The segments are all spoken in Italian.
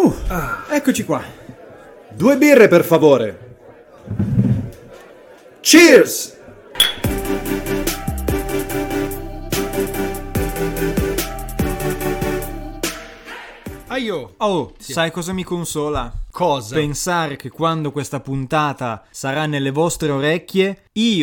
Eccoci qua. 2 birre, per favore. Cheers! Sai cosa mi consola? Cosa? Pensare che quando questa puntata sarà nelle vostre orecchie,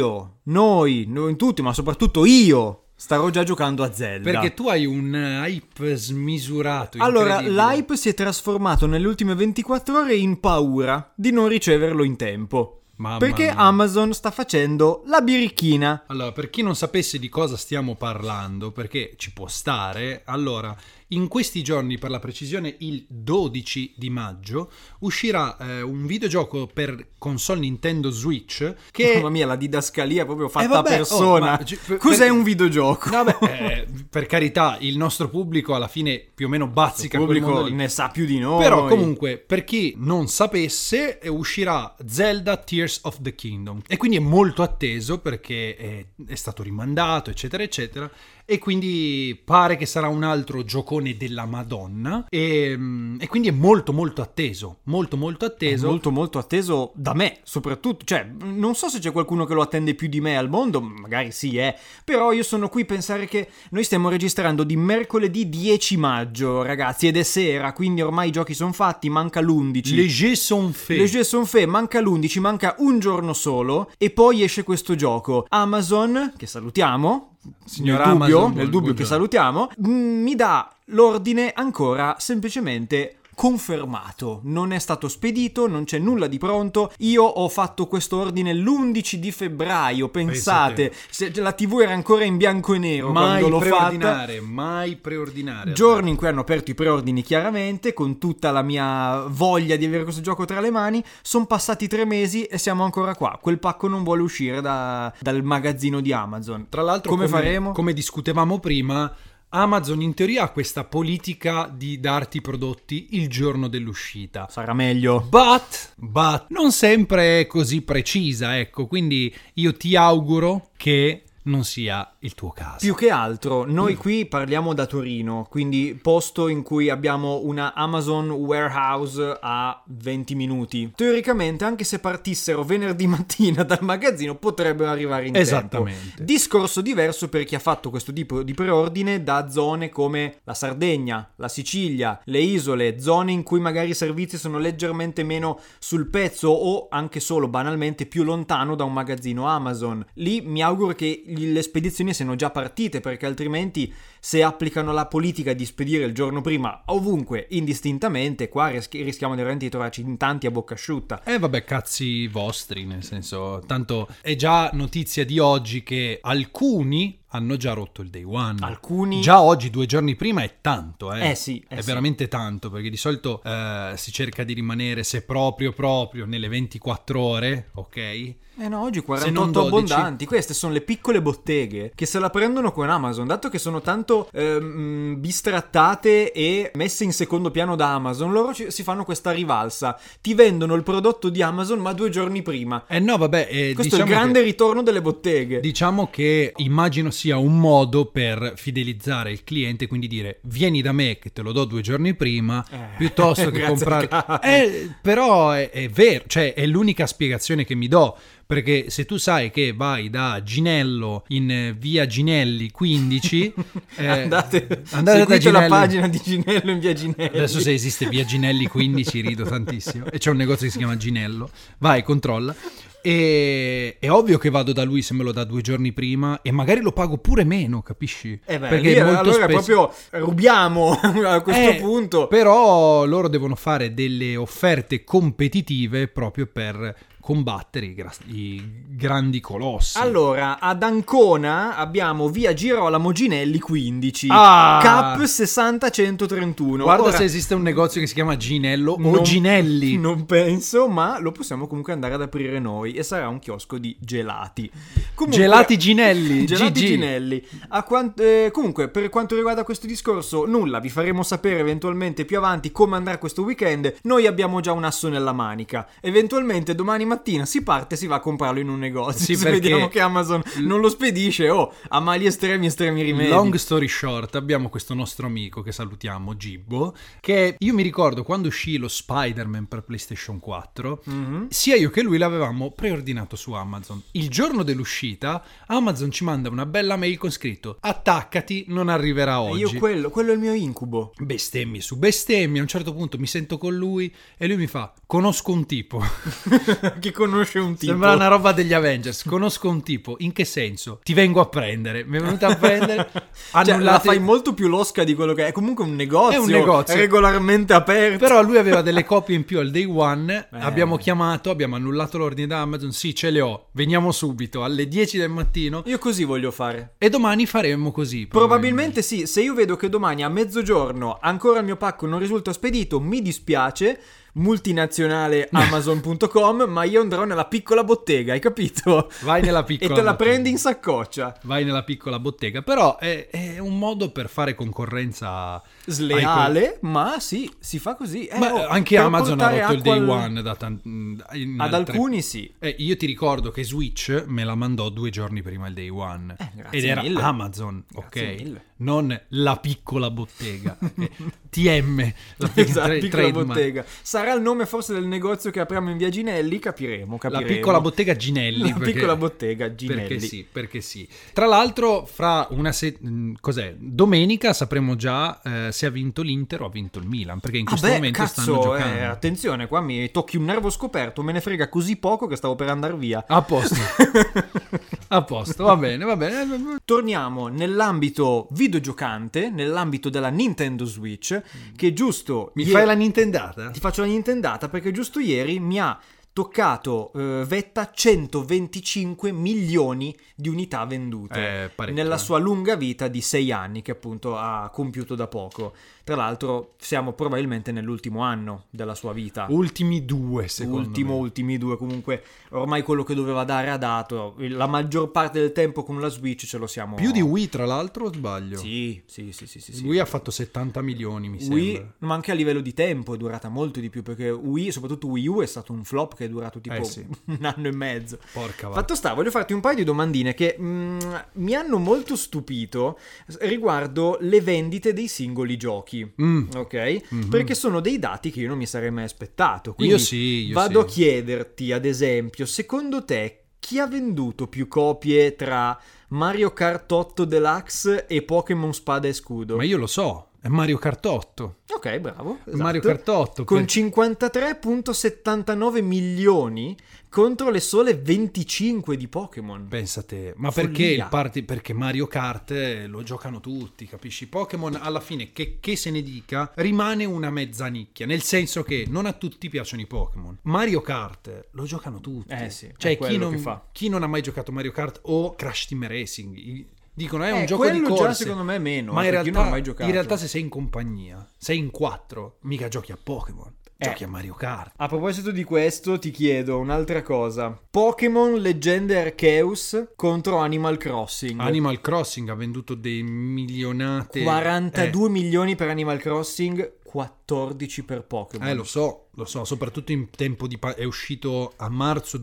noi tutti, ma soprattutto io, starò già giocando a Zelda. Perché tu hai un hype smisurato. Allora, incredibile. l'hype si è trasformato nelle ultime 24 ore in paura di non riceverlo in tempo. Mamma Perché mia. Amazon sta facendo la birichina. Allora, per chi non sapesse di cosa stiamo parlando, perché ci può stare, allora, in questi giorni, per la precisione il 12 di maggio, uscirà un videogioco per console Nintendo Switch che... Mamma mia, la didascalia proprio fatta vabbè, a persona. Cos'è un videogioco? Vabbè, per carità, il nostro pubblico alla fine più o meno bazzica Il quel pubblico mondo lì. ne sa più di noi. Però comunque, per chi non sapesse, uscirà Zelda Tears of the Kingdom. E quindi è molto atteso perché è stato rimandato, eccetera, eccetera. E quindi pare che sarà un altro giocone della Madonna. E quindi è molto molto atteso. Molto molto atteso. È molto atteso da me, soprattutto. Cioè, non so se c'è qualcuno che lo attende più di me al mondo, magari sì, però io sono qui a pensare che noi stiamo registrando di mercoledì 10 maggio, ragazzi, ed è sera, quindi ormai i giochi sono fatti, manca l'11. Les jeux sont faits. Les jeux sont faits, manca l'11, manca un giorno solo e poi esce questo gioco. Amazon, che salutiamo, Signora nel Amazon, dubbio che buongiorno. salutiamo, mi dà l'ordine ancora semplicemente confermato. Non è stato spedito, non c'è nulla di pronto. Io ho fatto questo ordine l'11 di febbraio, pensate, se la TV era ancora in bianco e nero quando l'ho fatta. Mai preordinare. Giorni in cui hanno aperto i preordini, chiaramente, con tutta la mia voglia di avere questo gioco tra le mani. Sono passati 3 mesi e siamo ancora qua. Quel pacco non vuole uscire dal magazzino di Amazon. Tra l'altro, come faremo? Come discutevamo prima, Amazon in teoria ha questa politica di darti i prodotti il giorno dell'uscita. Sarà meglio. But non sempre è così precisa, ecco. Quindi io ti auguro che non sia il tuo caso. Più che altro, noi qui parliamo da Torino, quindi posto in cui abbiamo una Amazon warehouse a 20 minuti. Teoricamente, anche se partissero venerdì mattina dal magazzino, potrebbero arrivare in Esattamente. tempo. Discorso diverso per chi ha fatto questo tipo di preordine da zone come la Sardegna, la Sicilia, le isole, zone in cui magari i servizi sono leggermente meno sul pezzo o anche solo banalmente più lontano da un magazzino Amazon. Lì mi auguro che le spedizioni siano già partite, perché altrimenti, se applicano la politica di spedire il giorno prima ovunque indistintamente, qua rischiamo veramente di trovarci in tanti a bocca asciutta. Vabbè, cazzi vostri, nel senso, tanto è già notizia di oggi che alcuni hanno già rotto il day one. Alcuni già oggi, 2 giorni prima, è tanto, sì, è veramente tanto, perché di solito si cerca di rimanere, se proprio nelle 24 ore, ok? No, oggi Se non 48 12. abbondanti. Queste sono le piccole botteghe che se la prendono con Amazon, dato che sono tanto bistrattate e messe in secondo piano da Amazon. Loro si fanno questa rivalsa, ti vendono il prodotto di Amazon ma 2 giorni prima. No, vabbè, questo è il grande ritorno delle botteghe. Diciamo che immagino sia un modo per fidelizzare il cliente, quindi dire vieni da me che te lo do 2 giorni prima, piuttosto che comprare. Però è vero, cioè è l'unica spiegazione che mi do. Perché se tu sai che vai da Ginello in via Ginelli 15 andate da seguite Ginelli. la pagina di Ginello in via Ginelli. Adesso se esiste via Ginelli 15 rido tantissimo. E c'è un negozio che si chiama Ginello. Vai, controlla. E è ovvio che vado da lui se me lo dà 2 giorni prima e magari lo pago pure meno, capisci? Perché lì, allora proprio rubiamo a questo punto. Però loro devono fare delle offerte competitive proprio per combattere i grandi colossi. Allora, ad Ancona abbiamo via Girolamo Ginelli 15, Cap 60131. Guarda ora, se esiste un negozio che si chiama Ginello o Ginelli. Non penso, ma lo possiamo comunque andare ad aprire noi e sarà un chiosco di gelati. Comunque, Gelati Ginelli. Gelati GG. Ginelli. Comunque, per quanto riguarda questo discorso, nulla, vi faremo sapere eventualmente più avanti come andrà questo weekend. Noi abbiamo già un asso nella manica. Eventualmente domani mattina si parte e si va a comprarlo in un negozio. Sì, Se perché vediamo che Amazon non lo spedisce, a mali estremi rimedi. Long story short, abbiamo questo nostro amico che salutiamo, Gibbo, che io mi ricordo quando uscì lo Spider-Man per PlayStation 4, sia io che lui l'avevamo preordinato su Amazon. Il giorno dell'uscita Amazon ci manda una bella mail con scritto: attaccati, non arriverà oggi. Io quello è il mio incubo. Bestemmi su bestemmi. A un certo punto mi sento con lui e lui mi fa: conosco un tipo. Chi conosce un tipo? Sembra una roba degli Avengers. Conosco un tipo. In che senso? Ti vengo a prendere. Mi è venuto a prendere. Cioè, la fai molto più losca di quello che è. Comunque un negozio. È un negozio regolarmente aperto. Però lui aveva delle copie in più al day one. Abbiamo chiamato, abbiamo annullato l'ordine da Amazon. Sì, ce le ho. Veniamo subito alle 10 del mattino. Io così voglio fare. E domani faremo così. Probabilmente sì. Se io vedo che domani a mezzogiorno ancora il mio pacco non risulta spedito, mi dispiace, multinazionale Amazon.com, ma io andrò nella piccola bottega, hai capito? Vai nella piccola e te la bottega. Prendi in saccoccia. Vai nella piccola bottega. Però è un modo per fare concorrenza sleale, ma sì, si fa così. Ma anche Amazon ha rotto il day one ad alcuni sì. Io ti ricordo che Switch me la mandò 2 giorni prima il day one ed era mille. Amazon, Grazie ok? mille. Non la piccola bottega. TM, la piccola bottega. Sarà il nome forse del negozio che apriamo in via Ginelli, capiremo. La piccola bottega Ginelli. La piccola bottega Ginelli. Perché sì. Tra l'altro, fra una domenica sapremo già se ha vinto l'Inter o ha vinto il Milan, perché in questo momento stanno giocando. Attenzione, qua mi tocchi un nervo scoperto, me ne frega così poco che stavo per andare via. A posto. A posto, va bene. Torniamo nell'ambito videogiocante, nell'ambito della Nintendo Switch, che giusto... Fai la Nintendata? Ti faccio la Nintendata perché giusto ieri mi ha toccato vetta 125 milioni di unità vendute nella sua lunga vita di 6 anni che appunto ha compiuto da poco. Tra l'altro siamo probabilmente nell'ultimo anno della sua vita. Ultimi 2 secondo me. Ultimi 2, comunque ormai quello che doveva dare ha dato. La maggior parte del tempo con la Switch ce lo siamo... Più di Wii tra l'altro, o sbaglio? Sì. Wii ha fatto 70 milioni mi sembra. Ma anche a livello di tempo è durata molto di più, perché Wii, soprattutto Wii U, è stato un flop che è durato tipo un anno e mezzo. Porca vacca. Fatto sta, voglio farti un paio di domandine che mi hanno molto stupito riguardo le vendite dei singoli giochi. Ok? Perché sono dei dati che io non mi sarei mai aspettato. Quindi io vado a chiederti, ad esempio, secondo te chi ha venduto più copie tra Mario Kart 8 Deluxe e Pokémon Spada e Scudo? Ma io lo so, è Mario Kart 8. Ok, bravo. Esatto. Mario Kart 8 con 53,79 milioni contro le sole 25 di Pokémon. Pensate, ma Follia. perché Mario Kart lo giocano tutti, capisci? Pokémon alla fine, che se ne dica, rimane una mezza nicchia, nel senso che non a tutti piacciono i Pokémon. Mario Kart lo giocano tutti. Sì, cioè chi non ha mai giocato Mario Kart o Crash Team Racing dicono è un gioco quello di corse. Già secondo me è meno, ma in realtà, non ho mai giocato. In realtà se sei in compagnia, sei in 4, mica giochi a Pokémon, giochi a Mario Kart. A proposito di questo ti chiedo un'altra cosa. Pokémon Leggende Arceus contro Animal Crossing. Animal Crossing ha venduto dei milionate. 42 milioni per Animal Crossing, 14 per Pokémon. Lo so, soprattutto in tempo è uscito a marzo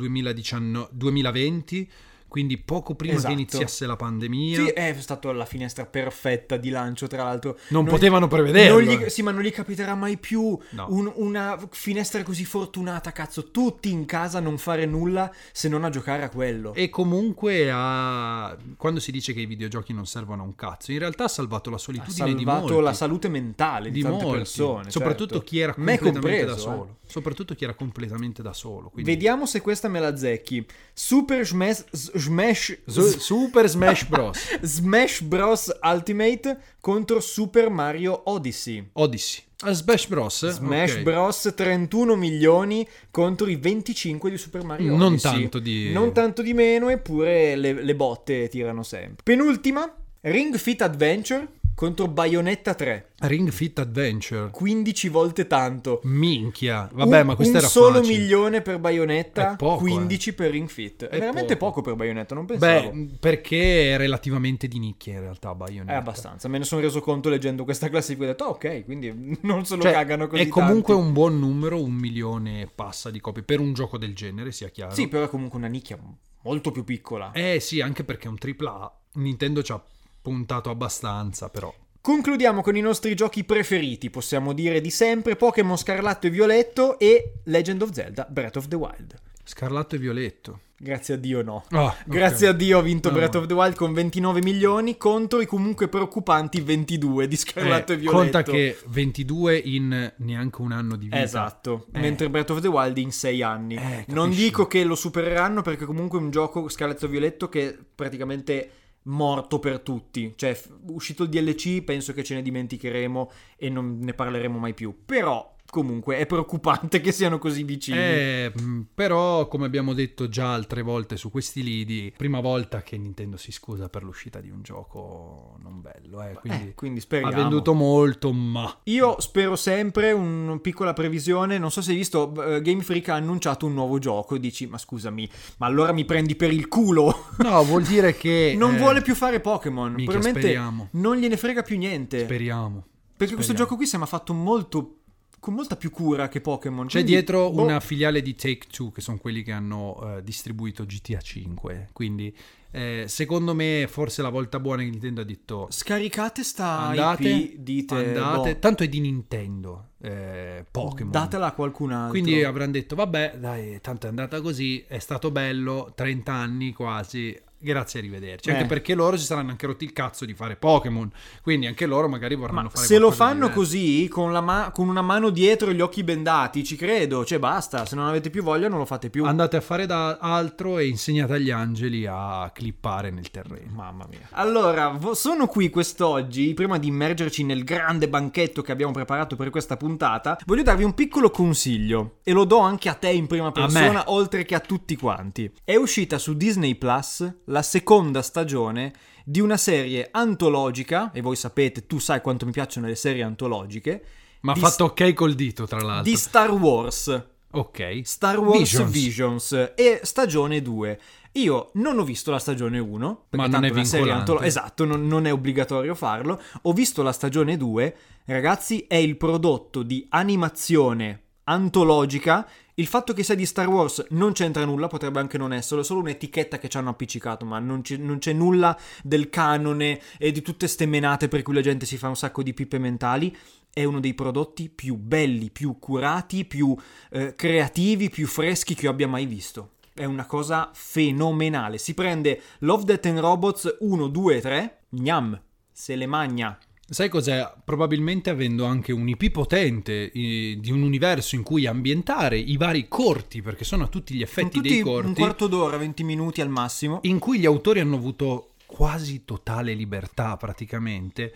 2020, quindi poco prima che iniziasse la pandemia. Sì, è stata la finestra perfetta di lancio, tra l'altro. Non potevano prevederlo. Ma non gli capiterà mai più una finestra così fortunata, cazzo. Tutti in casa a non fare nulla se non a giocare a quello. E comunque quando si dice che i videogiochi non servono a un cazzo, in realtà ha salvato la solitudine di molti. Ha salvato la salute mentale di tante persone. Soprattutto chi era completamente da solo. Soprattutto chi era completamente da solo. Quindi... Vediamo se questa me la azzecchi. Super Smash Bros. Smash Bros Ultimate contro Super Mario Odyssey. Smash Bros. Smash Bros 31 milioni contro i 25 di Super Mario Odyssey. Non tanto di meno, eppure le botte tirano sempre. Penultima, Ring Fit Adventure contro Bayonetta 3. Ring Fit Adventure. 15 volte tanto. Minchia. Vabbè, ma questo era facile. Un solo facile. milione per Bayonetta, È poco, 15 per Ring Fit. È veramente poco per Bayonetta, non pensavo. Beh, perché è relativamente di nicchia in realtà Bayonetta. È abbastanza, me ne sono reso conto leggendo questa classifica e ho detto ok, quindi non se lo Cioè, cagano così è comunque tanti. un buon numero, 1 milione passa di copie per un gioco del genere, sia chiaro. Sì, però è comunque una nicchia molto più piccola. Sì, anche perché è un AAA. Nintendo ci ha puntato abbastanza, però. Concludiamo con i nostri giochi preferiti, possiamo dire di sempre, Pokémon Scarlatto e Violetto e Legend of Zelda Breath of the Wild. Scarlatto e Violetto. Grazie a Dio no. Ah, Grazie a Dio ho vinto No. Breath of the Wild con 29 milioni contro i comunque preoccupanti 22 di Scarlatto e Violetto. Conta che 22 in neanche un anno di vita. Esatto, mentre Breath of the Wild in 6 anni. Capisci? Non dico che lo supereranno perché comunque è un gioco Scarletto e Violetto che è praticamente morto per tutti. Cioè, uscito il DLC, penso che ce ne dimenticheremo e non ne parleremo mai più. Però comunque è preoccupante che siano così vicini. Però, come abbiamo detto già altre volte su questi lidi, prima volta che Nintendo si scusa per l'uscita di un gioco non bello, Quindi ha speriamo. venduto molto, ma Io spero sempre, una piccola previsione, non so se hai visto, Game Freak ha annunciato un nuovo gioco e dici, ma scusami, ma allora mi prendi per il culo? no, vuol dire che Non vuole più fare Pokémon, minchia, probabilmente speriamo. non gliene frega più niente. Speriamo. Perché questo gioco qui sembra fatto con molta più cura che Pokémon. C'è quindi, dietro una filiale di Take-Two, che sono quelli che hanno distribuito GTA 5, quindi secondo me forse la volta buona che Nintendo ha detto Scaricate sta andate, IP, dite, boh, tanto è di Nintendo Pokémon, datela a qualcun altro. quindi avranno detto vabbè dai, tanto è andata così, è stato bello, 30 anni quasi, grazie, arrivederci. Anche perché loro si saranno anche rotti il cazzo di fare Pokémon, quindi anche loro magari vorranno Ma fare se lo qualcosa di fanno diverso. così, con una mano dietro e gli occhi bendati, ci credo, cioè basta, se non avete più voglia non lo fate più. Andate a fare da altro e insegnate agli angeli a clippare nel terreno. Mamma mia. Allora, sono qui quest'oggi, prima di immergerci nel grande banchetto che abbiamo preparato per questa puntata, voglio darvi un piccolo consiglio, e lo do anche a te in prima persona, oltre che a tutti quanti. È uscita su Disney Plus la seconda stagione di una serie antologica, e voi sapete, tu sai quanto mi piacciono le serie antologiche, Ma ha fatto ok col dito, tra l'altro. di Star Wars. Ok. Star Wars Visions e stagione 2. Io non ho visto la stagione 1, perché Ma non tanto è una serie vincolante. esatto, non è obbligatorio farlo. Ho visto la stagione 2, ragazzi, è il prodotto di animazione antologica. Il fatto che sia di Star Wars non c'entra nulla, potrebbe anche non esserlo, è solo un'etichetta che ci hanno appiccicato, ma non c'è nulla del canone e di tutte ste menate per cui la gente si fa un sacco di pippe mentali. È uno dei prodotti più belli, più curati, più creativi, più freschi che io abbia mai visto. È una cosa fenomenale. Si prende Love, Death and Robots 1, 2 e 3, gnam, se le magna. Sai cos'è? Probabilmente avendo anche un IP potente di un universo in cui ambientare i vari corti, perché sono a tutti gli effetti Sono tutti dei corti, un quarto d'ora, 20 minuti al massimo. in cui gli autori hanno avuto quasi totale libertà praticamente,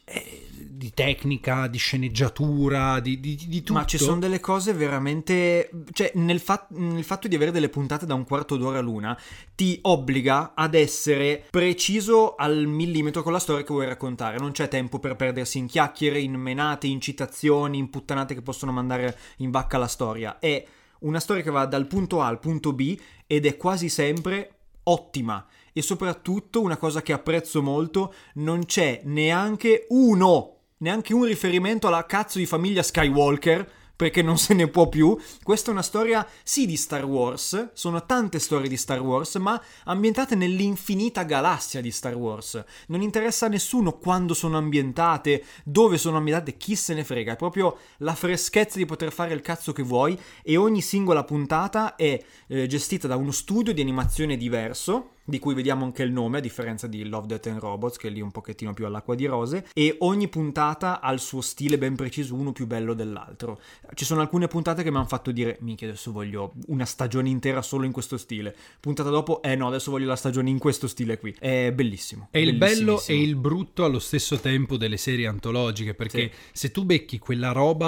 di tecnica, di sceneggiatura, di tutto. Ma ci sono delle cose veramente... Cioè, nel fatto di avere delle puntate da un quarto d'ora l'una, ti obbliga ad essere preciso al millimetro con la storia che vuoi raccontare. Non c'è tempo per perdersi in chiacchiere, in menate, in citazioni, in puttanate che possono mandare in vacca la storia. È una storia che va dal punto A al punto B ed è quasi sempre ottima. E soprattutto, una cosa che apprezzo molto, non c'è neanche un riferimento alla cazzo di famiglia Skywalker, perché non se ne può più. Questa è una storia, sì, di Star Wars, sono tante storie di Star Wars, ma ambientate nell'infinita galassia di Star Wars. Non interessa a nessuno quando sono ambientate, dove sono ambientate, chi se ne frega. È proprio la freschezza di poter fare il cazzo che vuoi, e ogni singola puntata è gestita da uno studio di animazione diverso, di cui vediamo anche il nome, a differenza di Love, Death and Robots, che è lì un pochettino più all'acqua di rose, e ogni puntata ha il suo stile ben preciso, uno più bello dell'altro. Ci sono alcune puntate che mi hanno fatto dire, minchia, adesso voglio una stagione intera solo in questo stile. Puntata dopo, no, adesso voglio la stagione in questo stile qui. È bellissimo. È il bello e il brutto allo stesso tempo delle serie antologiche, perché se tu becchi quella roba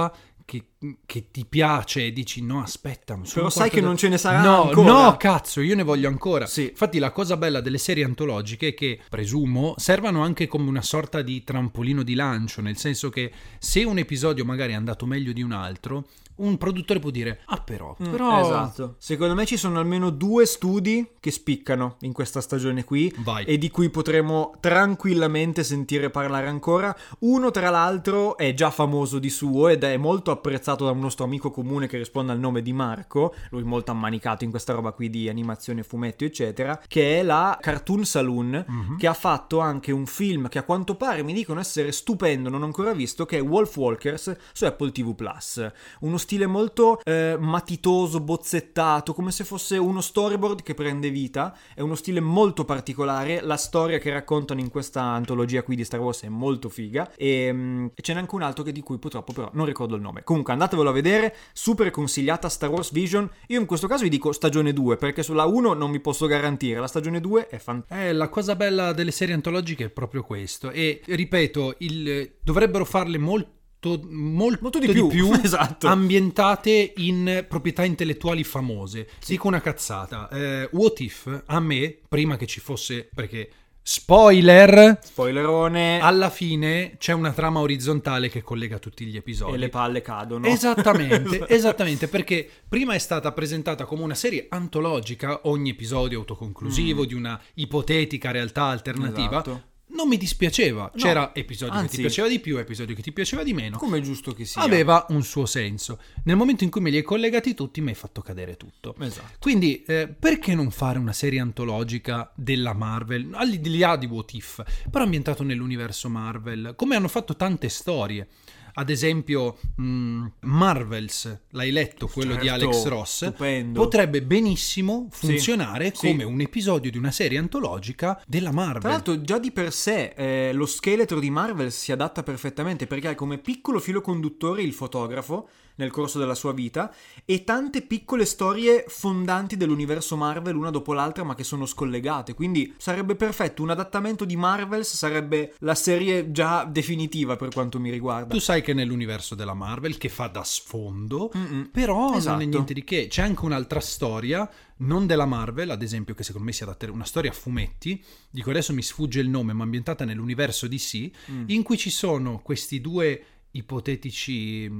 che ti piace e dici no aspetta, però sai che non ce ne sarà no, ancora. No cazzo, io ne voglio ancora. Sì. Infatti la cosa bella delle serie antologiche è che presumo servano anche come una sorta di trampolino di lancio, nel senso che se un episodio magari è andato meglio di un altro, un produttore può dire però esatto. Secondo me ci sono almeno 2 studi che spiccano in questa stagione qui. Vai. E di cui potremo tranquillamente sentire parlare ancora. Uno tra l'altro è già famoso di suo ed è molto apprezzato da un nostro amico comune che risponde al nome di Marco, lui molto ammanicato in questa roba qui di animazione, fumetto eccetera, che è la Cartoon Saloon, che ha fatto anche un film che a quanto pare mi dicono essere stupendo, non ho ancora visto, che è Wolf Walkers su Apple TV Plus. Uno stile molto matitoso, bozzettato, come se fosse uno storyboard che prende vita. È uno stile molto particolare. La storia che raccontano in questa antologia qui di Star Wars è molto figa. E ce n'è anche un altro di cui purtroppo però non ricordo il nome. Comunque andatevelo a vedere, super consigliata, Star Wars Vision. Io in questo caso vi dico stagione 2 perché sulla 1 non mi posso garantire, la stagione 2 è fantastica. La cosa bella delle serie antologiche è proprio questo, e ripeto, dovrebbero farle molto di più esatto, ambientate in proprietà intellettuali famose. Sì. Dico una cazzata, What If a me, prima che ci fosse, perché spoilerone, alla fine c'è una trama orizzontale che collega tutti gli episodi e le palle cadono. Esattamente, perché prima è stata presentata come una serie antologica, ogni episodio autoconclusivo di una ipotetica realtà alternativa. Esatto. Non mi dispiaceva, no, c'era episodio che ti piaceva di più, episodio che ti piaceva di meno. Come è giusto che sia. Aveva un suo senso. Nel momento in cui me li hai collegati tutti mi hai fatto cadere tutto. Esatto. Quindi perché non fare una serie antologica della Marvel, al di là di What If, però ambientato nell'universo Marvel, come hanno fatto tante storie. Ad esempio Marvels, l'hai letto, quello di Alex Ross, stupendo. Potrebbe benissimo funzionare come un episodio di una serie antologica della Marvel. Tra l'altro già di per sé lo scheletro di Marvels si adatta perfettamente perché ha come piccolo filo conduttore il fotografo nel corso della sua vita e tante piccole storie fondanti dell'universo Marvel una dopo l'altra ma che sono scollegate, quindi sarebbe perfetto, un adattamento di Marvels sarebbe la serie già definitiva per quanto mi riguarda. Tu sai che nell'universo della Marvel, che fa da sfondo, però esatto, non è niente di che, c'è anche un'altra storia non della Marvel, ad esempio, che secondo me si adatta, una storia a fumetti, dico adesso mi sfugge il nome, ma ambientata nell'universo DC, in cui ci sono questi 2 ipotetici,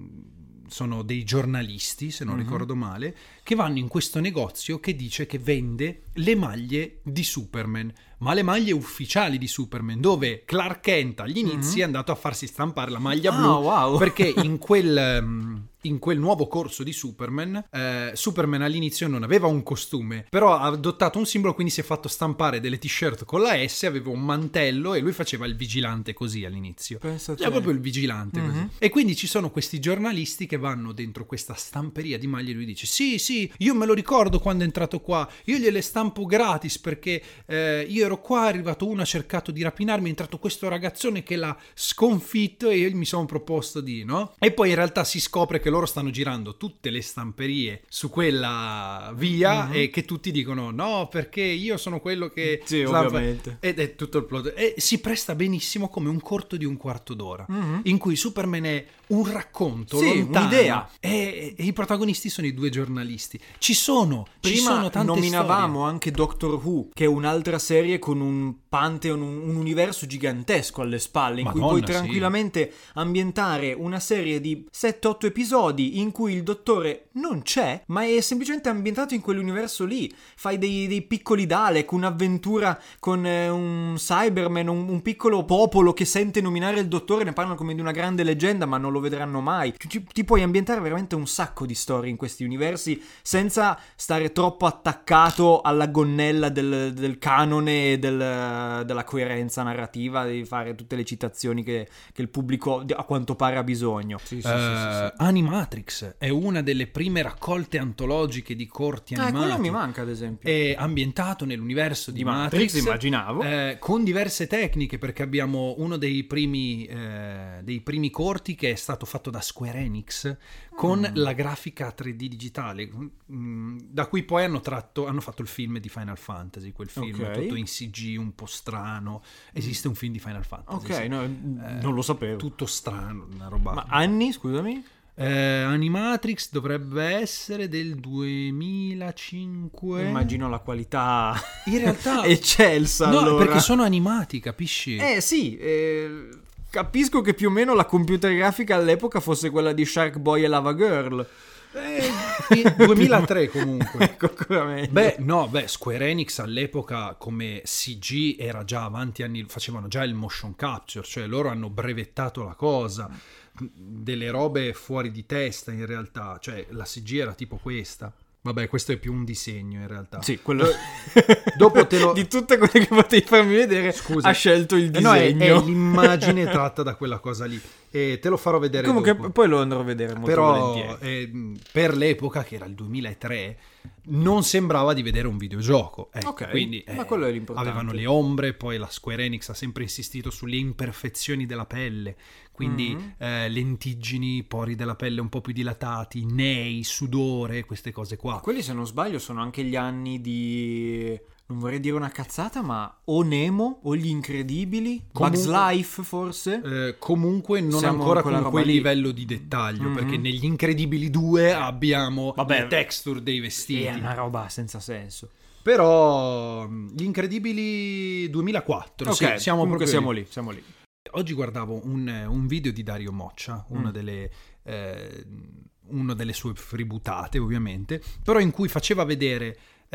sono dei giornalisti, se non ricordo male, che vanno in questo negozio che dice che vende le maglie di Superman, ma le maglie ufficiali di Superman, dove Clark Kent agli inizi è andato a farsi stampare la maglia blu, wow, perché in quel nuovo corso di Superman, Superman all'inizio non aveva un costume, però ha adottato un simbolo, quindi si è fatto stampare delle t-shirt con la S, aveva un mantello e lui faceva il vigilante così all'inizio. Era proprio il vigilante così. E quindi ci sono questi giornalisti che vanno dentro questa stamperia di maglie e lui dice sì, io me lo ricordo quando è entrato qua, io gliele stampo gratis perché io ero qua, è arrivato uno, ha cercato di rapinarmi, è entrato questo ragazzone che l'ha sconfitto e io mi sono proposto di, no? E poi in realtà si scopre che loro stanno girando tutte le stamperie su quella via e che tutti dicono no perché io sono quello che ovviamente. Ed è tutto il plot e si presta benissimo come un corto di un quarto d'ora in cui Superman è un racconto lontano, un'idea e i protagonisti sono i 2 giornalisti. Ci sono tante nominavamo storie. anche Doctor Who, che è un'altra serie con un pantheon, un universo gigantesco alle spalle, in cui puoi tranquillamente ambientare una serie di 7-8 episodi in cui il dottore non c'è, ma è semplicemente ambientato in quell'universo lì. Fai dei piccoli Dalek, un'avventura con un Cyberman, un piccolo popolo che sente nominare il dottore, ne parlano come di una grande leggenda, ma non lo vedranno mai. Ti puoi ambientare veramente un sacco di storie in questi universi senza stare troppo attaccato alla gonnella del canone e della coerenza narrativa, di fare tutte le citazioni che il pubblico a quanto pare ha bisogno. Animatrix è una delle prime raccolte antologiche di corti animati. Quello mi manca, ad esempio. È ambientato nell'universo di Matrix, immaginavo, con diverse tecniche, perché abbiamo uno dei primi corti che è stato fatto da Square Enix con la grafica 3D digitale, da cui poi hanno fatto il film di Final Fantasy, quel film tutto in CG un po' strano. Esiste un film di Final Fantasy. Non lo sapevo. Tutto strano, una roba. Ma anni, scusami? Animatrix dovrebbe essere del 2005. Immagino la qualità in realtà eccelsa. No, allora. perché sono animati, capisci? Sì, capisco che più o meno la computer grafica all'epoca fosse quella di Shark Boy e Lava Girl. 2003 comunque. Ecco, ancora meglio. Square Enix all'epoca come CG era già avanti anni, facevano già il motion capture, cioè loro hanno brevettato la cosa, delle robe fuori di testa in realtà, cioè la CG era tipo questa. Vabbè, questo è più un disegno in realtà. Sì, quello dopo di tutte quelle che potevi farmi vedere, scusa, ha scelto il disegno. No, è l'immagine tratta da quella cosa lì. E te lo farò vedere comunque dopo. Poi lo andrò a vedere molto volentieri. Per l'epoca, che era il 2003, non sembrava di vedere un videogioco. Ok, quindi ma quello è l'importante. Avevano le ombre, poi la Square Enix ha sempre insistito sulle imperfezioni della pelle, quindi lentiggini, pori della pelle un po' più dilatati, nei, sudore, queste cose qua. Quelli, se non sbaglio, sono anche gli anni di... non vorrei dire una cazzata, ma o Nemo o Gli Incredibili, Bugs Life forse. Comunque non siamo ancora con con quel livello di dettaglio, perché negli Incredibili 2 abbiamo le texture dei vestiti. È una roba senza senso. Però Gli Incredibili 2004, ok, sì, siamo lì. Oggi guardavo un video di Dario Moccia, una delle sue fributtate ovviamente, però in cui faceva vedere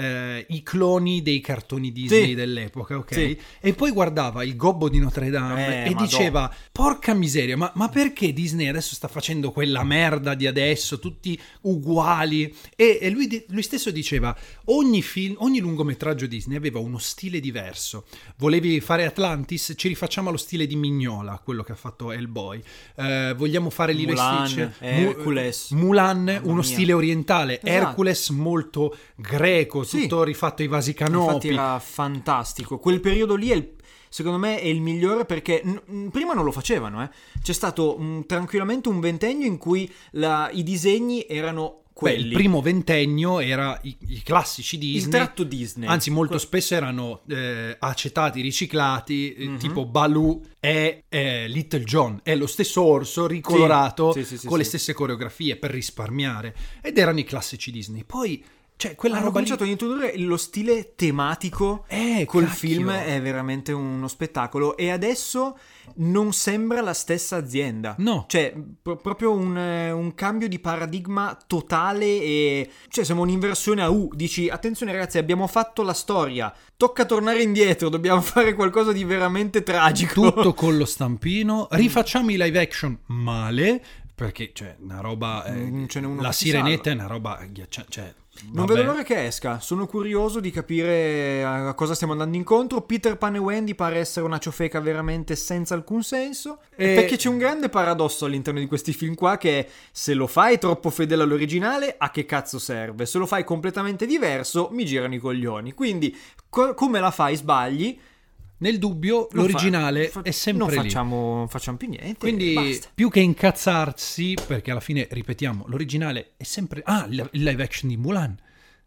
i cloni dei cartoni Disney dell'epoca, ok? Sì. E poi guardava il Gobbo di Notre Dame e diceva: porca miseria, ma perché Disney adesso sta facendo quella merda di adesso, tutti uguali? E lui stesso diceva: ogni lungometraggio Disney aveva uno stile diverso. Volevi fare Atlantis? Ci rifacciamo allo stile di Mignola, quello che ha fatto Hellboy. Vogliamo fare Lilo e Stitch? Hercules. Mulan, uno stile orientale. Esatto. Hercules molto greco, tutto rifatto ai vasi canopi. Infatti era fantastico. Quel periodo lì secondo me è il migliore, perché prima non lo facevano. C'è stato tranquillamente un ventennio in cui i disegni erano quelli. Il primo ventennio era i classici Disney. Il tratto Disney. Anzi, molto spesso erano acetati riciclati, tipo Baloo e Little John. È lo stesso orso ricolorato con le stesse coreografie per risparmiare. Ed erano i classici Disney. Poi... cioè, quella roba cominciato ad introdurre lo stile tematico col film, è veramente uno spettacolo, e adesso non sembra la stessa azienda. No. Cioè, proprio un cambio di paradigma totale, e cioè siamo un'inversione a U. Dici: attenzione ragazzi, abbiamo fatto la storia, tocca tornare indietro, dobbiamo fare qualcosa di veramente tragico. Tutto con lo stampino, rifacciamo i live action male, perché cioè una roba la Sirenetta è una roba ghiacciante, non vedo l'ora che esca, sono curioso di capire a cosa stiamo andando incontro. Peter Pan e Wendy pare essere una ciofeca veramente senza alcun senso, perché c'è un grande paradosso all'interno di questi film qua, che è: se lo fai troppo fedele all'originale, a che cazzo serve? Se lo fai completamente diverso, mi girano i coglioni. Quindi come la fai, sbagli. Nel dubbio l'originale è sempre lì. Non facciamo più niente. Quindi basta. Più che incazzarsi, perché alla fine, ripetiamo, l'originale è sempre... il live action di Mulan.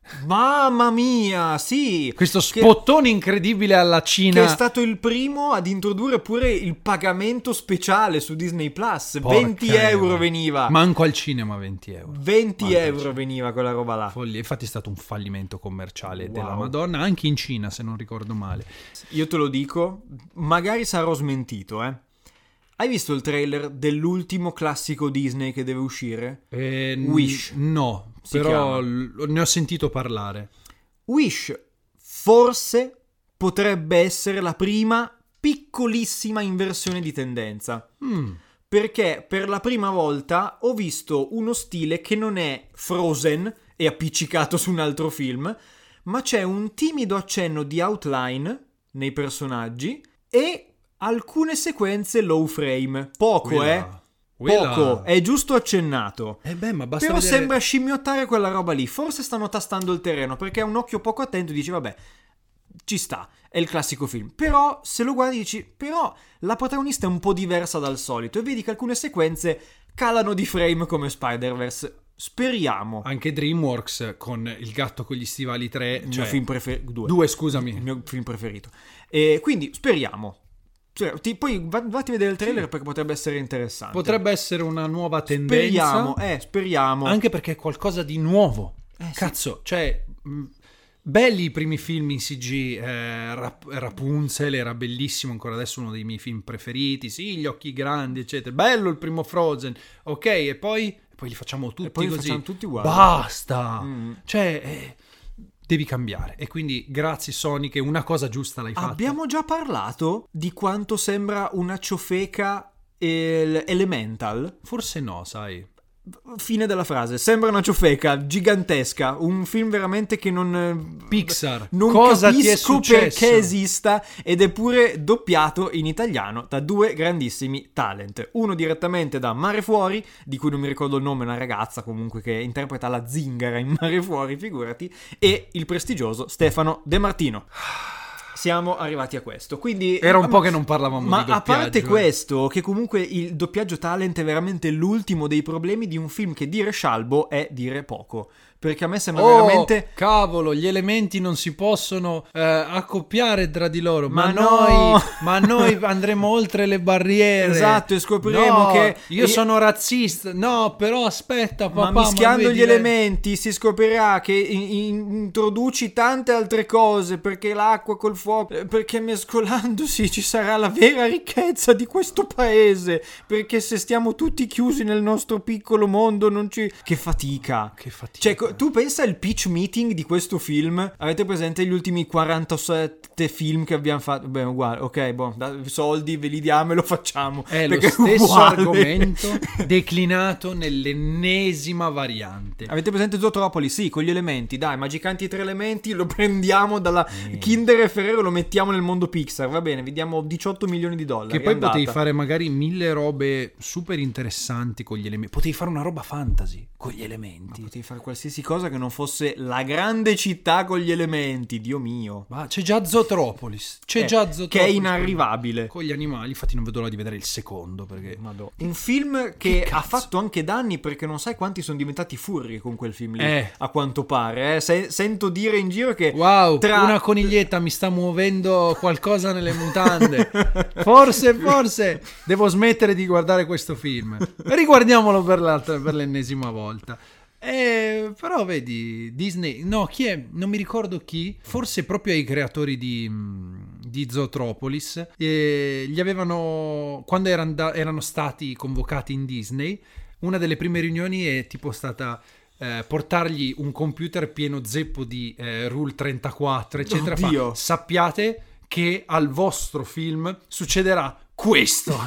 Mamma mia, sì! Questo spottone incredibile alla Cina. Che è stato il primo ad introdurre pure il pagamento speciale su Disney Plus. 20 euro veniva. Manco al cinema 20 euro. 20 euro veniva quella roba là. Follia. Infatti è stato un fallimento commerciale della Madonna, anche in Cina, se non ricordo male. Io te lo dico, magari sarò smentito, Hai visto il trailer dell'ultimo classico Disney che deve uscire? Wish. No, però ne ho sentito parlare. Wish forse potrebbe essere la prima piccolissima inversione di tendenza. Perché per la prima volta ho visto uno stile che non è Frozen e appiccicato su un altro film, ma c'è un timido accenno di outline nei personaggi e alcune sequenze low frame. Poco, Poco, è giusto accennato. Ma basta però vedere... sembra scimmiottare quella roba lì. Forse stanno tastando il terreno, perché a un occhio poco attento dici: vabbè, ci sta, è il classico film. Però se lo guardi dici: però la protagonista è un po' diversa dal solito, e vedi che alcune sequenze calano di frame come Spider-Verse. Speriamo. Anche DreamWorks con Il gatto con gli stivali 3, il mio film preferito. Due, scusami. Il mio film preferito. E quindi speriamo. Cioè, poi vatti a vedere il trailer perché potrebbe essere interessante. Potrebbe essere una nuova tendenza. Speriamo. Anche perché è qualcosa di nuovo. Cazzo, cioè... belli i primi film in CG, Rapunzel era bellissimo, ancora adesso uno dei miei film preferiti, sì, gli occhi grandi, eccetera. Bello il primo Frozen, ok, e poi li facciamo tutti poi così. Facciamo tutti uguali. Basta! Cioè... devi cambiare. E quindi grazie Sony che una cosa giusta l'hai fatta. Abbiamo già parlato di quanto sembra una ciofeca Elemental? Forse no, sai. Fine della frase. Sembra una ciofeca gigantesca, un film veramente che non... Pixar, non cosa ti è capisco successo? perché esista, ed è pure doppiato in italiano da due grandissimi talent. Uno direttamente da Mare Fuori, di cui non mi ricordo il nome, una ragazza comunque che interpreta la zingara in Mare Fuori, figurati, e il prestigioso Stefano De Martino. Siamo arrivati a questo, quindi era un po' che non parlavamo di doppiaggio. Ma a parte questo, che comunque il doppiaggio talent è veramente l'ultimo dei problemi di un film che dire scialbo è dire poco. Perché a me sembra veramente... cavolo, gli elementi non si possono accoppiare tra di loro. Ma noi andremo oltre le barriere. Esatto, e scopriremo che... Io sono razzista. No, però aspetta, papà. Ma mischiando gli elementi si scoprirà che introduci tante altre cose, perché l'acqua col fuoco, perché mescolandosi ci sarà la vera ricchezza di questo paese, perché se stiamo tutti chiusi nel nostro piccolo mondo non ci... Che fatica. Cioè, tu pensa al pitch meeting di questo film? Avete presente gli ultimi 47 film che abbiamo fatto? Beh, uguale, ok, soldi ve li diamo e lo facciamo. È lo stesso argomento declinato nell'ennesima variante. Avete presente Zootropoli? Sì, con gli elementi, dai, Magicanti e 3 elementi, lo prendiamo dalla Kinder e Ferrero, lo mettiamo nel mondo Pixar, va bene, vi diamo 18 milioni di dollari. Che poi potevi fare magari 1000 robe super interessanti con gli elementi. Potevi fare una roba fantasy con gli elementi. Ma potevi fare qualsiasi cosa che non fosse la grande città con gli elementi, Dio mio. Ma c'è già Zootropolis, che è inarrivabile con gli animali. Infatti non vedo l'ora di vedere il secondo, perché un film che ha fatto anche danni, perché non sai quanti sono diventati furri con quel film lì, a quanto pare. Sento dire in giro che wow, una coniglietta mi sta muovendo qualcosa nelle mutande. Forse devo smettere di guardare questo film. Riguardiamolo per l'ennesima volta. Però vedi, Disney, chi è? Non mi ricordo chi, forse proprio ai creatori di Zootropolis, gli avevano, quando erano stati convocati in Disney, una delle prime riunioni è tipo stata portargli un computer pieno zeppo di Rule 34 eccetera. Sappiate che al vostro film succederà questo.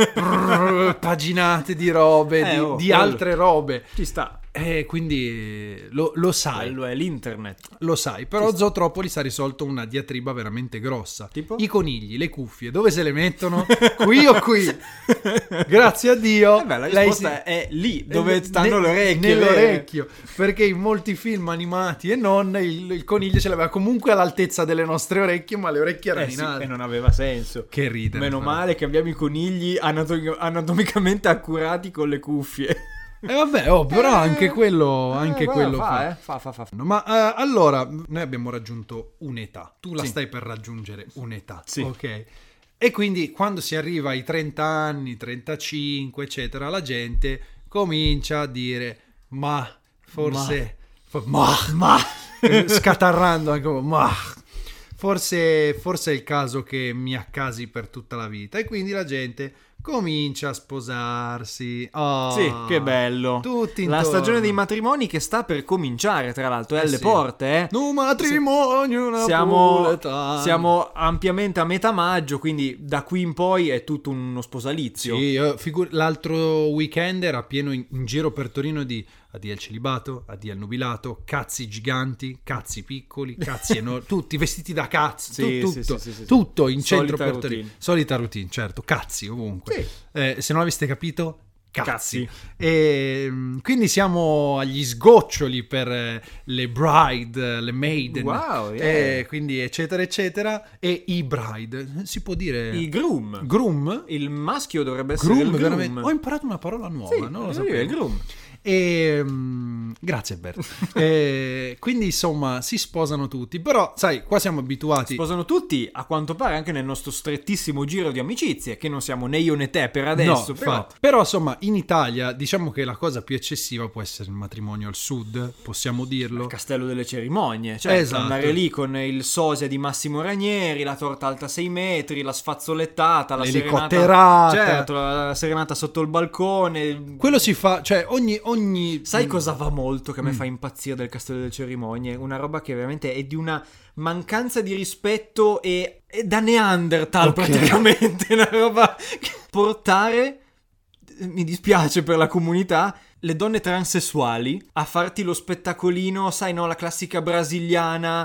Paginate di robe, di altre robe. Ci sta. Quindi lo sai. Quello è l'internet. Lo sai, però Zootropolis ha risolto una diatriba veramente grossa. Tipo? I conigli, le cuffie, dove se le mettono? Qui o qui? Grazie a Dio. La risposta è lì, dove stanno le orecchie. Nell'orecchio. Perché in molti film animati e non, il coniglio ce l'aveva comunque all'altezza delle nostre orecchie, ma le orecchie erano in alto. E non aveva senso. Che ridere. Meno male che abbiamo i conigli anatomicamente accurati con le cuffie. Però anche quello fa. Ma allora, noi abbiamo raggiunto un'età. Tu la stai per raggiungere un'età. Sì. Ok. E quindi quando si arriva ai 30 anni, 35, eccetera, la gente comincia a dire scatarrando anche forse è il caso che mi accasi per tutta la vita. E quindi la gente comincia a sposarsi. Sì, che bello. Tutti intorno. La stagione dei matrimoni che sta per cominciare, tra l'altro, è alle porte. Un matrimonio napoletano. Siamo ampiamente a metà maggio, quindi da qui in poi è tutto uno sposalizio. Sì, l'altro weekend era pieno in giro per Torino di addio al celibato, addio al nubilato, cazzi giganti, cazzi piccoli, cazzi enormi, tutti vestiti da cazzo, tutto in centro per Torino. Solita routine, certo, cazzi ovunque. Sì. Se non aveste capito, cazzi. E quindi siamo agli sgoccioli per le bride, le maiden. Wow, yeah. Quindi eccetera eccetera. E i bride, si può dire i groom. Groom? Il maschio dovrebbe essere il groom. Ho imparato una parola nuova, non lo sapevo. Il groom. Grazie Alberto. Quindi insomma si sposano tutti, però sai, qua siamo abituati. Sposano tutti, a quanto pare, anche nel nostro strettissimo giro di amicizie, che non siamo né io né te per adesso. No, però insomma in Italia diciamo che la cosa più eccessiva può essere il matrimonio al sud, possiamo dirlo. Il castello delle cerimonie, cioè Esatto. andare lì con il sosia di Massimo Ranieri, la torta alta 6 metri, la sfazzolettata, la l'elicotterata. serenata, certo, la serenata sotto il balcone. Quello si fa, cioè ogni... Sai cosa va molto che a me fa impazzire del castello delle cerimonie? Una roba che veramente è di una mancanza di rispetto e da Neanderthal, praticamente. Una roba che portare, mi dispiace per la comunità, le donne transessuali a farti lo spettacolino, sai, no, la classica brasiliana,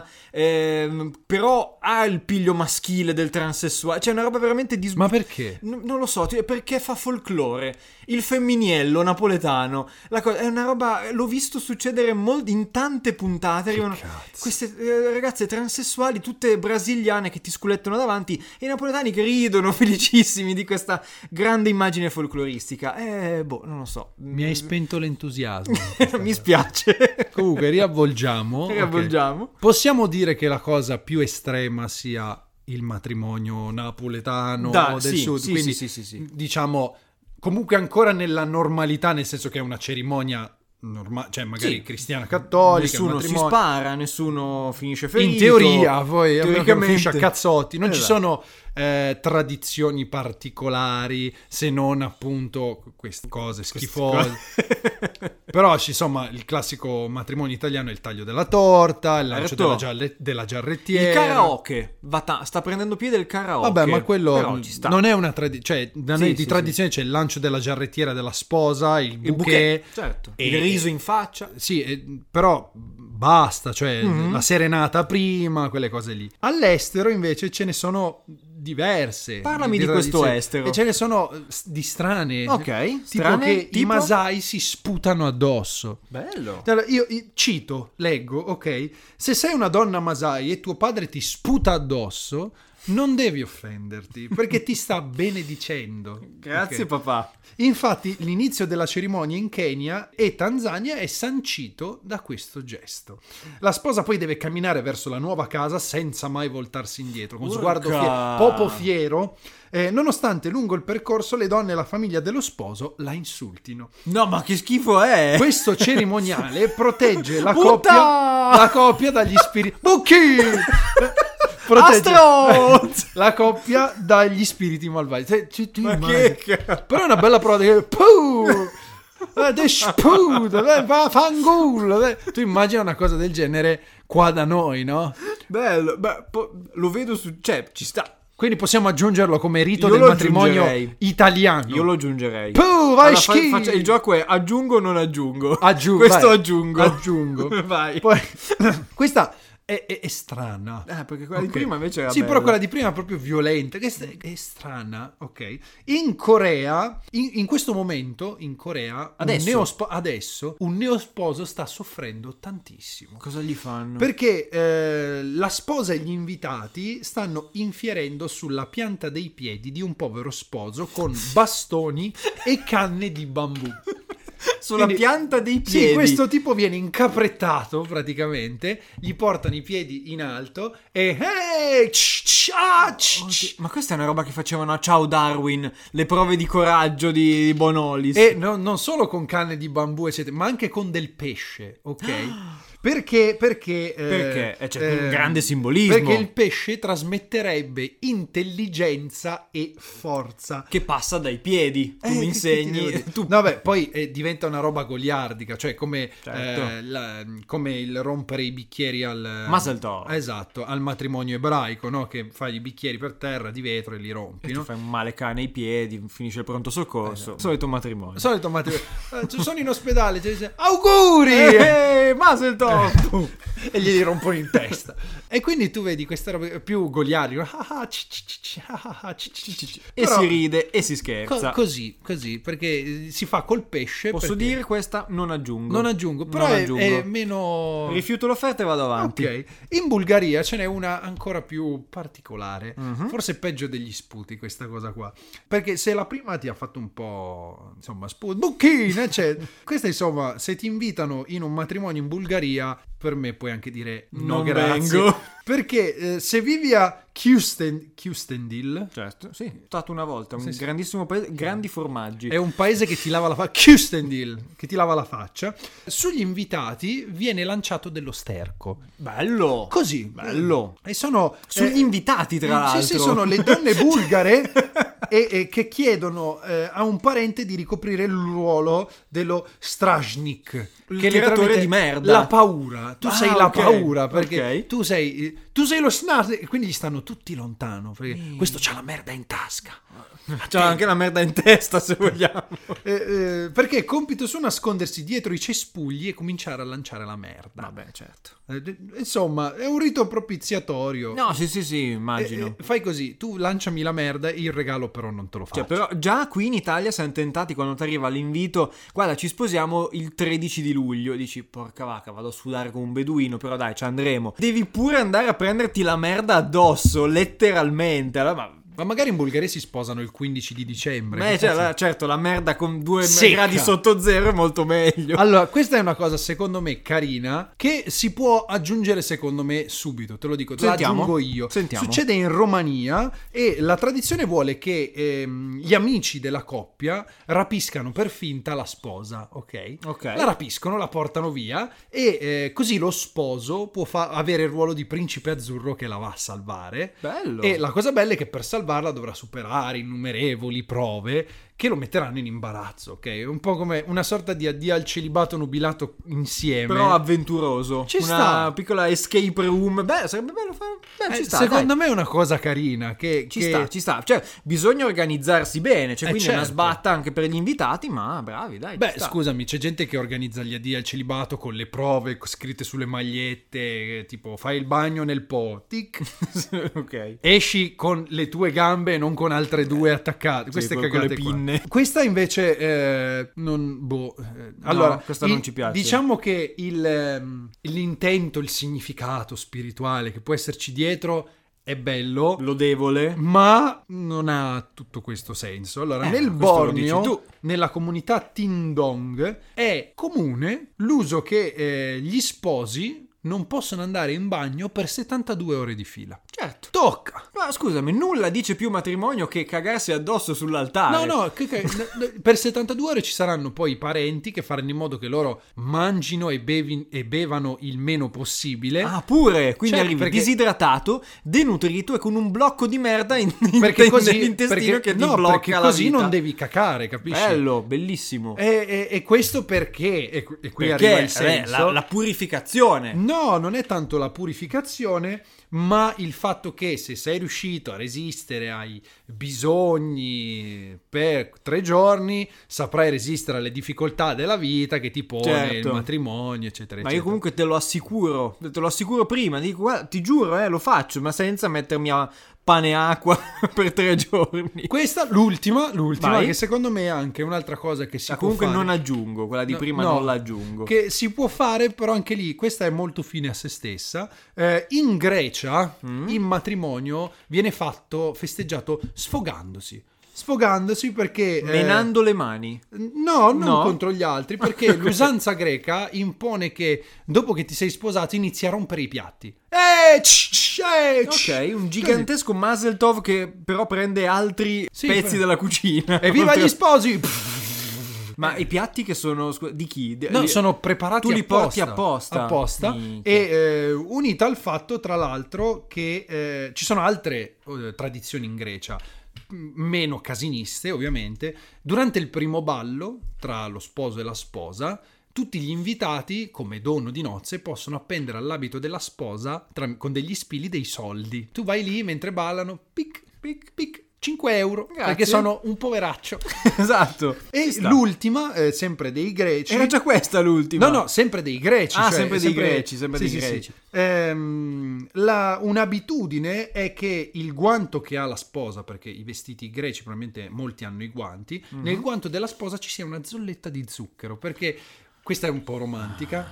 però ha il piglio maschile del transessuale, cioè una roba veramente Ma perché? non lo so, perché fa folklore. Il femminillo napoletano, è una roba, l'ho visto succedere in tante puntate. Arrivano queste ragazze transessuali tutte brasiliane che ti sculettano davanti e i napoletani che ridono felicissimi di questa grande immagine folcloristica. Non lo so. Mi hai spento l'entusiasmo. Mi spiace. Comunque riavvolgiamo. Okay. Possiamo dire che la cosa più estrema sia il matrimonio napoletano del sud, quindi sì. diciamo comunque ancora nella normalità, nel senso che è una cerimonia normale, cioè magari cristiana cattolica, nessuno si spara, nessuno finisce ferito. In teoria, poi teoricamente finisce a cazzotti, non ci sono tradizioni particolari, se non appunto queste cose schifose. Però insomma il classico matrimonio italiano è il taglio della torta, il lancio della giarrettiera. Il karaoke sta prendendo piede il karaoke. Vabbè, ma quello non è una tradizione, cioè da noi di tradizione c'è il lancio della giarrettiera della sposa, il bouquet, certo, il riso in faccia. Sì, però basta, cioè la serenata prima, quelle cose lì. All'estero invece ce ne sono diverse. Parlami di questo estero. E ce ne sono di strane. Ok, tipo che i masai si sputano addosso. Bello. Allora, io cito, leggo, ok? Se sei una donna masai e tuo padre ti sputa addosso, non devi offenderti, perché ti sta benedicendo. Grazie, papà. Infatti l'inizio della cerimonia in Kenya e Tanzania è sancito da questo gesto. La sposa poi deve camminare verso la nuova casa senza mai voltarsi indietro, con sguardo poco fiero, nonostante lungo il percorso le donne e la famiglia dello sposo la insultino. No, ma che schifo è! Questo cerimoniale protegge la coppia dagli spiriti... Bucchi! Protegge la coppia dagli spiriti malvagi. Però è una bella prova di va fangulo. Tu immagina una cosa del genere qua da noi, no? Bello, lo vedo cioè ci sta. Quindi possiamo aggiungerlo come rito del matrimonio italiano. Io lo aggiungerei. Vai il gioco è aggiungo o non aggiungo. Questo vai. Aggiungo. Vai. Poi, questa è strana. Perché quella di prima invece era sì, bella. però quella di prima è proprio violenta. Questa è strana, ok. In Corea, in questo momento, in Corea, adesso un neosposo sta soffrendo tantissimo. Cosa gli fanno? Perché la sposa e gli invitati stanno infierendo sulla pianta dei piedi di un povero sposo con bastoni e canne di bambù. Sulla pianta dei piedi. Sì, questo tipo viene incaprettato praticamente, gli portano i piedi in alto e ma questa è una roba che facevano a Ciao Darwin, le prove di coraggio di Bonolis. E non solo con canne di bambù eccetera, ma anche con del pesce, ok? Perché c'è un grande simbolismo. Perché il pesce trasmetterebbe intelligenza e forza che passa dai piedi. Tu mi insegni. Vabbè, poi diventa una roba goliardica, cioè come come il rompere i bicchieri al Mazel tov. Esatto, al matrimonio ebraico, no? Che fai i bicchieri per terra di vetro e li rompi, no? Tu fai un male cane ai piedi, finisce il pronto soccorso. Solito matrimonio. Ci sono in ospedale, dice auguri! Mazel tov. e glieli rompono in testa. E quindi tu vedi queste robe più goliardi, e si ride e si scherza. Così, perché si fa col pesce. Posso dire questa non aggiungo. Però è meno... Rifiuto l'offerta e vado avanti. Ok. In Bulgaria ce n'è una ancora più particolare, forse peggio degli sputi questa cosa qua, perché se la prima ti ha fatto un po', insomma, bucchina, cioè, questa insomma, se ti invitano in un matrimonio in Bulgaria, per me puoi anche dire no, non grazie, vengo. Perché se vivi a Kustendil, certo, sì, stato una volta, un grandissimo paese, grandi formaggi. È un paese che ti lava la faccia, Kustendil, che ti lava la faccia. Sugli invitati viene lanciato dello sterco. Bello! Così. Bello! E sono... Sugli invitati, tra l'altro. Sì, sono le donne bulgare e che chiedono a un parente di ricoprire il ruolo dello strajnik, che è tiratore di merda. La paura. Tu sei la paura, perché okay. tu sei lo snark, e quindi stanno tutti lontano, perché questo c'ha la merda in tasca. C'ha anche la merda in testa, se vogliamo. Perché è compito suo nascondersi dietro i cespugli e cominciare a lanciare la merda. Vabbè, certo. Insomma, è un rito propiziatorio. No, sì, immagino. Fai così, tu lanciami la merda, il regalo però non te lo faccio. Cioè, però già qui in Italia siamo tentati, quando ti arriva l'invito, guarda, ci sposiamo il 13 di luglio, dici, porca vacca, vado a sudare come un beduino, però dai, ci andremo. Devi pure andare a prenderti la merda addosso, letteralmente. Allora, ma magari in Bulgaria si sposano il 15 di dicembre. Beh, certo, la merda con 2 secca. gradi sotto zero è molto meglio. Allora, questa è una cosa secondo me carina, che si può aggiungere secondo me subito, te lo dico, te la aggiungo io. Sentiamo. Succede in Romania e la tradizione vuole che gli amici della coppia rapiscano per finta la sposa, ok? La rapiscono, la portano via e così lo sposo può avere il ruolo di principe azzurro che la va a salvare. Bello. E la cosa bella è che per salvarla dovrà superare innumerevoli prove che lo metteranno in imbarazzo, ok? Un po' come una sorta di addio al celibato nubilato insieme. Però avventuroso. Una piccola escape room. Beh, sarebbe bello fare... Beh, ci sta, secondo me è una cosa carina ci sta. Cioè, bisogna organizzarsi bene. Cioè, quindi certo. È una sbatta anche per gli invitati, ma bravi, dai. Beh, scusami, c'è gente che organizza gli addii al celibato con le prove scritte sulle magliette, tipo fai il bagno nel Po, tic. Ok. Esci con le tue gambe e non con altre due attaccate. Queste cagate con le pinne. Questa invece allora, questa non ci piace. Diciamo che l'intento, il significato spirituale che può esserci dietro è bello, lodevole, ma non ha tutto questo senso. Allora, nel Borneo, nella comunità Tindong, è comune l'uso che gli sposi non possono andare in bagno per 72 ore di fila. Certo. Tocca. Ma scusami, nulla dice più matrimonio che cagarsi addosso sull'altare. No, per 72 ore ci saranno poi i parenti che faranno in modo che loro mangino e bevano il meno possibile. Ah, pure? Quindi arrivi perché... disidratato, denutrito e con un blocco di merda perché nell'intestino che ti blocca perché la così vita. Non devi cacare, capisci? Bello, bellissimo. E questo perché? E qui perché arriva il senso. La purificazione. No, non è tanto la purificazione, ma il fatto che se sei riuscito a resistere ai bisogni per 3 giorni, saprai resistere alle difficoltà della vita che ti pone il matrimonio, eccetera, ma io comunque te lo assicuro prima, dico, guarda, ti giuro, lo faccio, ma senza mettermi a pane e acqua per 3 giorni. Questa, l'ultima che secondo me è anche un'altra cosa che si può comunque fare. Non aggiungo, quella di prima non l'aggiungo. Che si può fare, però anche lì, questa è molto fine a se stessa. In Grecia, il matrimonio viene festeggiato sfogandosi perché... menando le mani. No, non contro gli altri, perché l'usanza greca impone che dopo che ti sei sposato inizi a rompere i piatti. Ok, un gigantesco Mazel Tov che però prende altri pezzi della cucina. Evviva gli sposi! Ma i piatti che sono di chi? No, sono preparati tu li porti apposta. E unita al fatto, tra l'altro, che ci sono altre tradizioni in Grecia meno casiniste, ovviamente. Durante il primo ballo tra lo sposo e la sposa, tutti gli invitati, come dono di nozze, possono appendere all'abito della sposa con degli spilli dei soldi. Tu vai lì mentre ballano, pic pic pic, 5 euro, Grazie. perché sono un poveraccio. Esatto. E Ci sta. l'ultima, sempre dei greci. Era già questa l'ultima. No, sempre dei greci. Ah, cioè, sempre dei greci, sempre sì, dei sì, greci. sì. Un'abitudine è che il guanto che ha la sposa, perché i vestiti greci probabilmente molti hanno i guanti, nel guanto della sposa ci sia una zolletta di zucchero, perché questa è un po' romantica,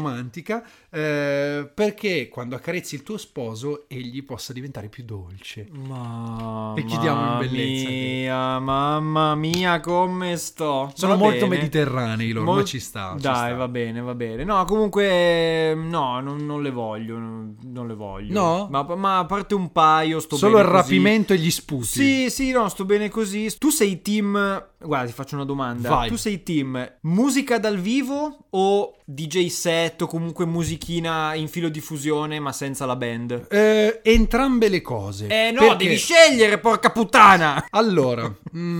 perché quando accarezzi il tuo sposo egli possa diventare più dolce. E chiudiamo in bellezza. Mamma mia, come sto. Sono Va molto bene. mediterranei loro, ma ci sta. Dai, va bene, va bene. No, comunque, no, non le voglio. Non le voglio. No? Ma a parte un paio, sto Solo bene il così. rapimento e gli sputi. Sì, no, sto bene così. Tu sei team... Guarda, ti faccio una domanda. Vai. Tu sei team musica dal vivo o DJ set o comunque musichina in filodiffusione ma senza la band? Entrambe le cose. No, Perché? devi scegliere, porca puttana! Allora,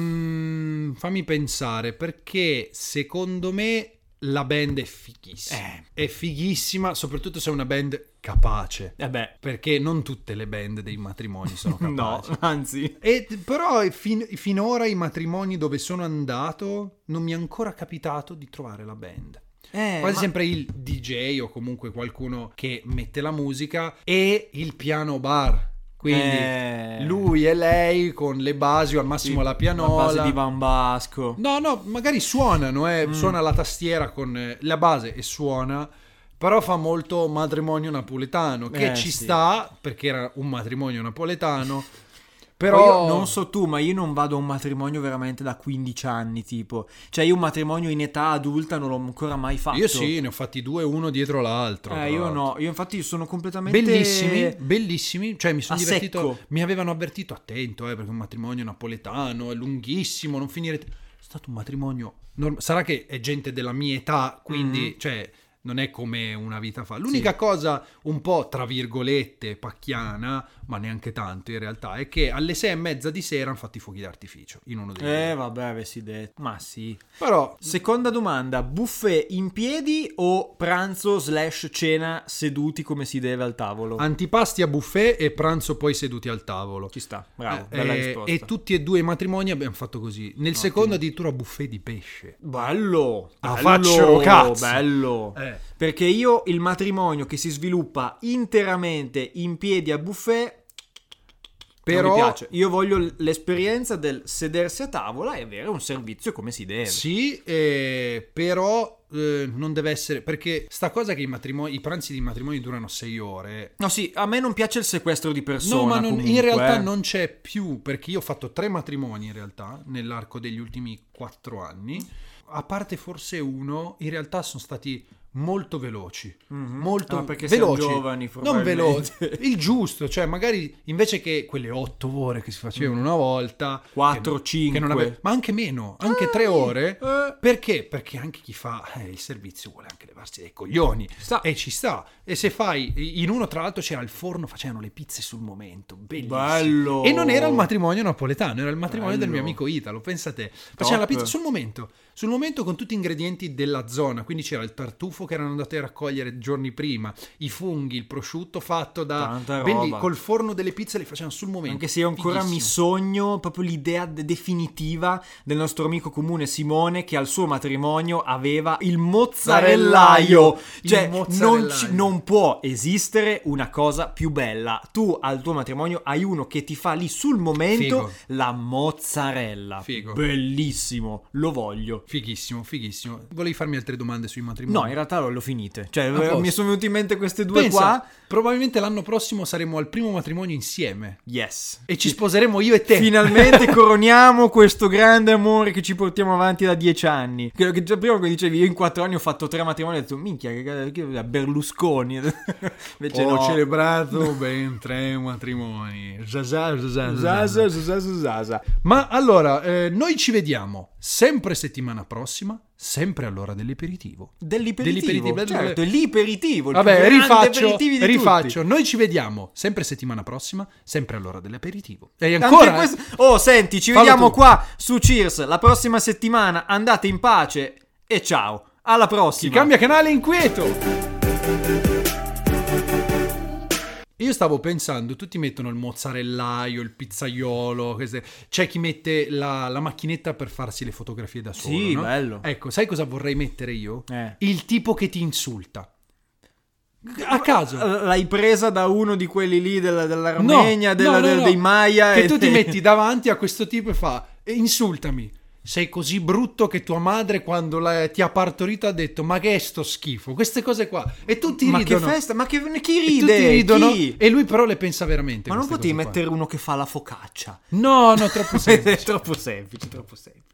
fammi pensare, perché secondo me la band è fighissima. È fighissima, soprattutto se è una band capace. Beh. Perché non tutte le band dei matrimoni sono No, capaci. anzi. Però finora i matrimoni dove sono andato non mi è ancora capitato di trovare la band. Quasi sempre il DJ o comunque qualcuno che mette la musica e il piano bar. Quindi lui e lei con le basi o al massimo la pianola. La base di Van Basco. No, magari suonano, suona la tastiera con la base e suona, però fa molto matrimonio napoletano, che ci sta, perché era un matrimonio napoletano. Però io non so tu, ma io non vado a un matrimonio veramente da 15 anni, tipo. Cioè io un matrimonio in età adulta non l'ho ancora mai fatto. Io sì, ne ho fatti 2 uno dietro l'altro. Io no, io infatti sono completamente... Bellissimi, cioè mi sono a divertito, secco. mi avevano avvertito, attento, perché un matrimonio napoletano è lunghissimo, non finire... È stato un matrimonio... Sarà che è gente della mia età, quindi, cioè... Non è come una vita fa. L'unica cosa un po' tra virgolette pacchiana, ma neanche tanto in realtà, è che alle 6:30 di sera hanno fatto i fuochi d'artificio in uno dei due. Vabbè, avessi detto. Ma sì. Però Seconda domanda, buffet in piedi o pranzo / cena seduti come si deve al tavolo? antipasti a buffet e pranzo poi seduti al tavolo. Ci sta, bravo, bella risposta. E tutti e due i matrimoni abbiamo fatto così. Nel secondo addirittura buffet di pesce. Bello, faccio cazzo. bello. Perché io il matrimonio che si sviluppa interamente in piedi a buffet Però non mi piace. Io voglio l'esperienza del sedersi a tavola e avere un servizio come si deve. sì, però non deve essere, perché sta cosa che i pranzi di matrimonio durano 6 ore. No, sì, a me non piace il sequestro di persona. No, ma comunque. in realtà non c'è più, perché io ho fatto 3 matrimoni in realtà nell'arco degli ultimi 4 anni, a parte forse uno, in realtà sono stati molto veloci, molto perché veloci, siamo giovani, non veloci, probabilmente. il giusto, cioè magari invece che quelle 8 ore che si facevano una volta, 4, 5, ma anche meno, anche 3 ore, perché? Perché anche chi fa il servizio vuole anche levarsi dai coglioni, e ci sta, e se fai, in uno tra l'altro c'era il forno, facevano le pizze sul momento, bellissimo, bello, e non era il matrimonio napoletano, era il matrimonio del mio amico Italo, pensa te, facevano la pizza sul momento con tutti gli ingredienti della zona, quindi c'era il tartufo che erano andati a raccogliere giorni prima, i funghi, il prosciutto fatto da belli, col forno delle pizze le facevano sul momento. Anche se io ancora mi sogno proprio l'idea definitiva del nostro amico comune Simone che al suo matrimonio aveva il mozzarellaio. Cioè non può esistere una cosa più bella. Tu al tuo matrimonio hai uno che ti fa lì sul momento Figo. la mozzarella. Figo. Bellissimo, lo voglio. Fighissimo. Volevi farmi altre domande sui matrimoni? No, in realtà l'ho finite. Cioè, posto. mi sono venute in mente queste due. Pensa, qua. probabilmente l'anno prossimo saremo al primo matrimonio insieme. Yes. E ci sposeremo io e te. Finalmente coroniamo questo grande amore che ci portiamo avanti da 10 anni. Che già prima che dicevi, io in 4 anni ho fatto 3 matrimoni, ho detto, minchia, che Berlusconi. Invece ho no. celebrato ben 3 matrimoni. Zaza. Ma allora, noi ci vediamo sempre settimana prossima, sempre all'ora dell'aperitivo. Dell'iperitivo, certo, l'iperitivo. Vabbè, rifaccio. Noi ci vediamo sempre settimana prossima, sempre all'ora dell'aperitivo. E Anche ancora questo... Oh, senti, ci Fallo vediamo tu. qua su Cheers la prossima settimana. Andate in pace e ciao. Alla prossima. si cambia canale inquieto. Io io stavo pensando, tutti mettono il mozzarellaio, il pizzaiolo, c'è chi mette la macchinetta per farsi le fotografie da solo. Sì, no? bello. Ecco, sai cosa vorrei mettere io? Il tipo che ti insulta. A caso. L'hai presa da uno di quelli lì dell'Armenia, no. dei Maya. Che tu ti metti davanti a questo tipo e fa: insultami. Sei così brutto che tua madre quando ti ha partorito ha detto: ma che è sto schifo? Queste cose qua. E tutti ridono. Ma che festa? Ma chi ride? E tutti ridono. Chi? E lui però le pensa veramente. Ma non potevi mettere uno che fa la focaccia? No, troppo semplice. Troppo semplice.